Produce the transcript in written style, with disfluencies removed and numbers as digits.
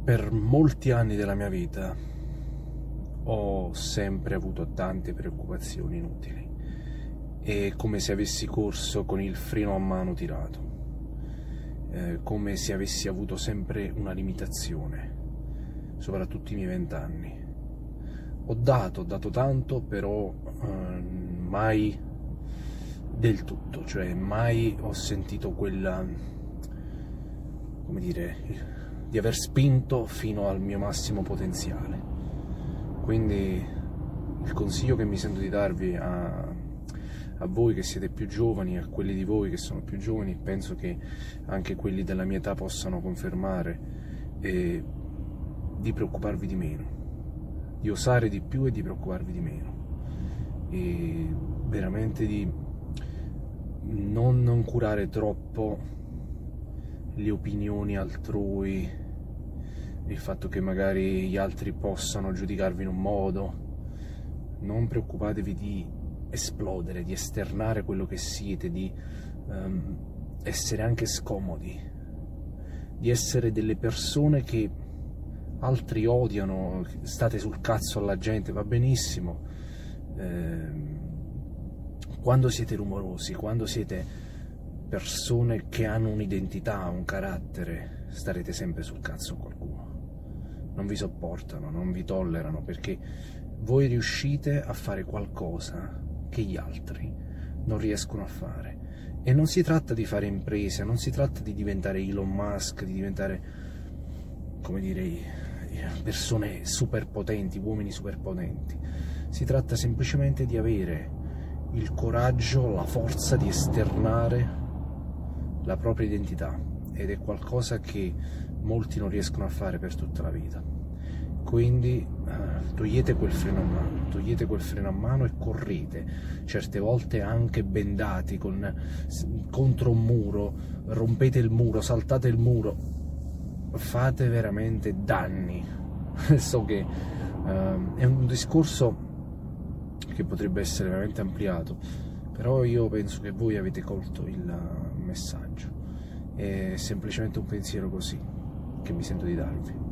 Per molti anni della mia vita ho sempre avuto tante preoccupazioni inutili. È come se avessi corso con il freno a mano tirato, come se avessi avuto sempre una limitazione, soprattutto i miei 20 anni. Ho dato tanto, però mai del tutto, cioè mai ho sentito quella, come dire, di aver spinto fino al mio massimo potenziale. Quindi il consiglio che mi sento di darvi a voi che siete più giovani, a quelli di voi che sono più giovani, penso che anche quelli della mia età possano confermare, di preoccuparvi di meno, di osare di più e di preoccuparvi di meno, e veramente di non curare troppo le opinioni altrui, il fatto che magari gli altri possano giudicarvi in un modo. Non preoccupatevi di esplodere, di esternare quello che siete, di essere anche scomodi, di essere delle persone che altri odiano. State sul cazzo alla gente, va benissimo, quando siete rumorosi, quando siete persone che hanno un'identità, un carattere, starete sempre sul cazzo a qualcuno. Non vi sopportano, non vi tollerano, perché voi riuscite a fare qualcosa che gli altri non riescono a fare. E non si tratta di fare imprese, non si tratta di diventare Elon Musk, di diventare, come dire, persone superpotenti, uomini superpotenti. Si tratta semplicemente di avere il coraggio, la forza di esternare la propria identità, ed è qualcosa che molti non riescono a fare per tutta la vita. Quindi togliete quel freno a mano e correte, certe volte anche bendati contro un muro, rompete il muro, saltate il muro, fate veramente danni. So che è un discorso che potrebbe essere veramente ampliato, però io penso che voi avete colto il messaggio. È semplicemente un pensiero così che mi sento di darvi.